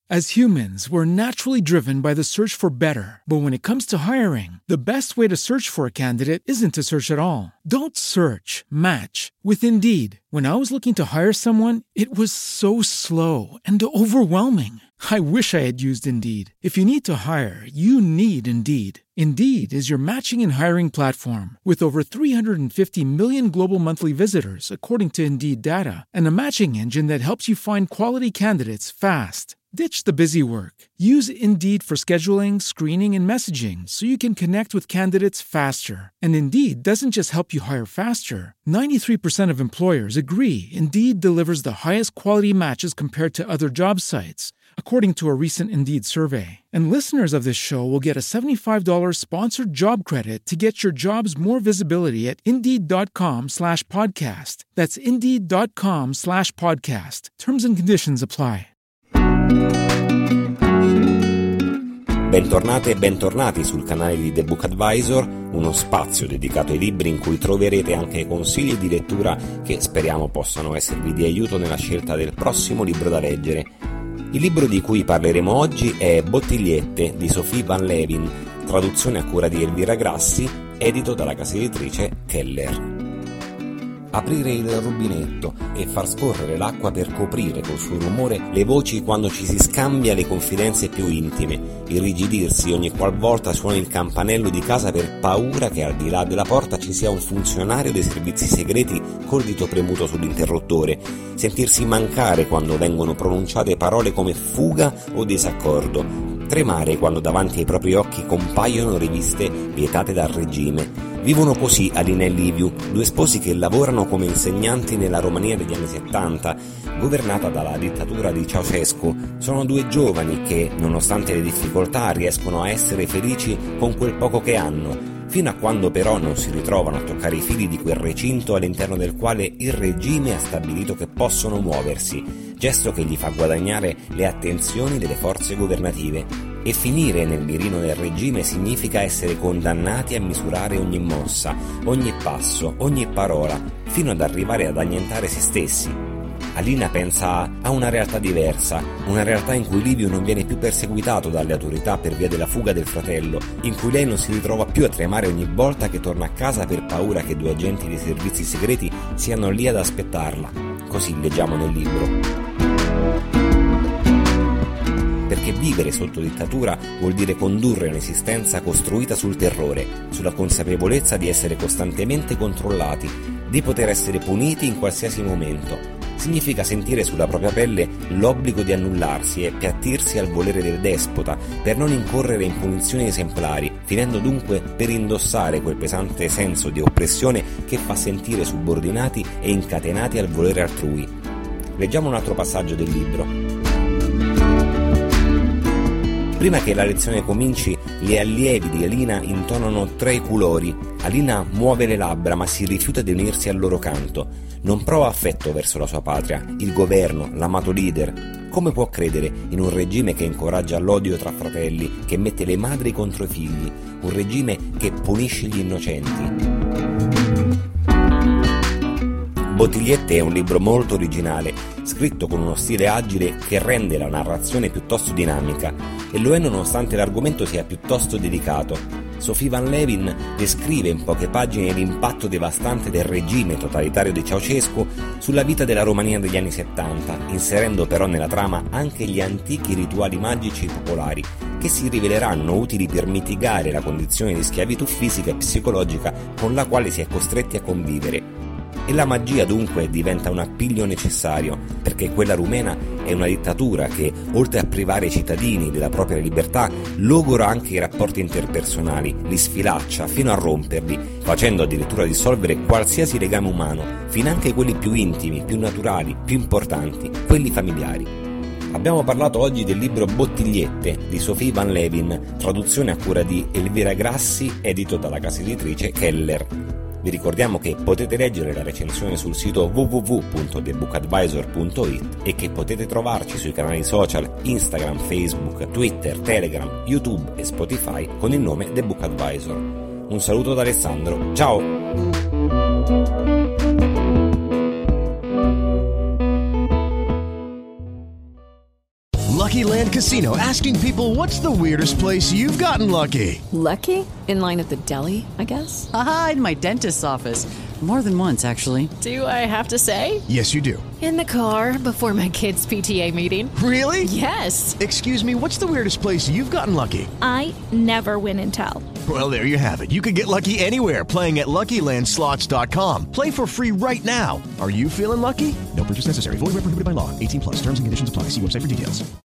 As humans, we're naturally driven by the search for better. But when it comes to hiring, the best way to search for a candidate isn't to search at all. Don't search, match with Indeed. When I was looking to hire someone, it was so slow and overwhelming. I wish I had used Indeed. If you need to hire, you need Indeed. Indeed is your matching and hiring platform with over 350 million global monthly visitors, according to Indeed data, and a matching engine that helps you find quality candidates fast. Ditch the busy work. Use Indeed for scheduling, screening, and messaging so you can connect with candidates faster. And Indeed doesn't just help you hire faster. 93% of employers agree Indeed delivers the highest quality matches compared to other job sites, according to a recent Indeed survey. And listeners of this show will get a $75 sponsored job credit to get your jobs more visibility at Indeed.com/podcast. That's Indeed.com/podcast. Terms and conditions apply. Bentornate e bentornati sul canale di The Book Advisor, uno spazio dedicato ai libri in cui troverete anche consigli di lettura che speriamo possano esservi di aiuto nella scelta del prossimo libro da leggere. Il libro di cui parleremo oggi è Bottigliette di Sophie Van Levin, traduzione a cura di Elvira Grassi, edito dalla casa editrice Keller. Aprire il rubinetto e far scorrere l'acqua per coprire col suo rumore le voci quando ci si scambia le confidenze più intime, irrigidirsi ogni qualvolta suona il campanello di casa per paura che al di là della porta ci sia un funzionario dei servizi segreti col dito premuto sull'interruttore, sentirsi mancare quando vengono pronunciate parole come fuga o disaccordo, tremare quando davanti ai propri occhi compaiono riviste vietate dal regime. Vivono così Alina e Liviu, due sposi che lavorano come insegnanti nella Romania degli anni 70, governata dalla dittatura di Ceaușescu. Sono due giovani che, nonostante le difficoltà, riescono a essere felici con quel poco che hanno, fino a quando però non si ritrovano a toccare i fili di quel recinto all'interno del quale il regime ha stabilito che possono muoversi, gesto che gli fa guadagnare le attenzioni delle forze governative. E finire nel mirino del regime significa essere condannati a misurare ogni mossa, ogni passo, ogni parola, fino ad arrivare ad annientare se stessi. Alina pensa a una realtà diversa, una realtà in cui Liviu non viene più perseguitato dalle autorità per via della fuga del fratello, in cui lei non si ritrova più a tremare ogni volta che torna a casa per paura che due agenti dei servizi segreti siano lì ad aspettarla. Così leggiamo nel libro. Perché vivere sotto dittatura vuol dire condurre un'esistenza costruita sul terrore, sulla consapevolezza di essere costantemente controllati, di poter essere puniti in qualsiasi momento. Significa sentire sulla propria pelle l'obbligo di annullarsi e appiattirsi al volere del despota per non incorrere in punizioni esemplari, finendo dunque per indossare quel pesante senso di oppressione che fa sentire subordinati e incatenati al volere altrui. Leggiamo un altro passaggio del libro. Prima che la lezione cominci, gli allievi di Alina intonano 3 colori. Alina muove le labbra ma si rifiuta di unirsi al loro canto. Non prova affetto verso la sua patria, il governo, l'amato leader. Come può credere in un regime che incoraggia l'odio tra fratelli, che mette le madri contro i figli, un regime che punisce gli innocenti? Bottigliette è un libro molto originale, scritto con uno stile agile che rende la narrazione piuttosto dinamica, e lo è nonostante l'argomento sia piuttosto delicato. Sophie Van Levin descrive in poche pagine l'impatto devastante del regime totalitario di Ceaușescu sulla vita della Romania degli anni 70, inserendo però nella trama anche gli antichi rituali magici popolari, che si riveleranno utili per mitigare la condizione di schiavitù fisica e psicologica con la quale si è costretti a convivere. E la magia dunque diventa un appiglio necessario, perché quella rumena è una dittatura che, oltre a privare i cittadini della propria libertà, logora anche i rapporti interpersonali, li sfilaccia fino a romperli, facendo addirittura dissolvere qualsiasi legame umano, finanche quelli più intimi, più naturali, più importanti, quelli familiari. Abbiamo parlato oggi del libro Bottigliette di Sophie Van Levin, traduzione a cura di Elvira Grassi, edito dalla casa editrice Keller. Vi ricordiamo che potete leggere la recensione sul sito www.thebookadvisor.it e che potete trovarci sui canali social Instagram, Facebook, Twitter, Telegram, YouTube e Spotify con il nome The Book Advisor. Un saluto da Alessandro, ciao! Lucky Land Casino, asking people, what's the weirdest place you've gotten lucky? Lucky? In line at the deli, I guess? Aha, in my dentist's office. More than once, actually. Do I have to say? Yes, you do. In the car before my kids' PTA meeting. Really? Yes. Excuse me, what's the weirdest place you've gotten lucky? I never win and tell. Well, there you have it. You can get lucky anywhere, playing at LuckyLandSlots.com. Play for free right now. Are you feeling lucky? No purchase necessary. Void where prohibited by law. 18 plus. Terms and conditions apply. See website for details.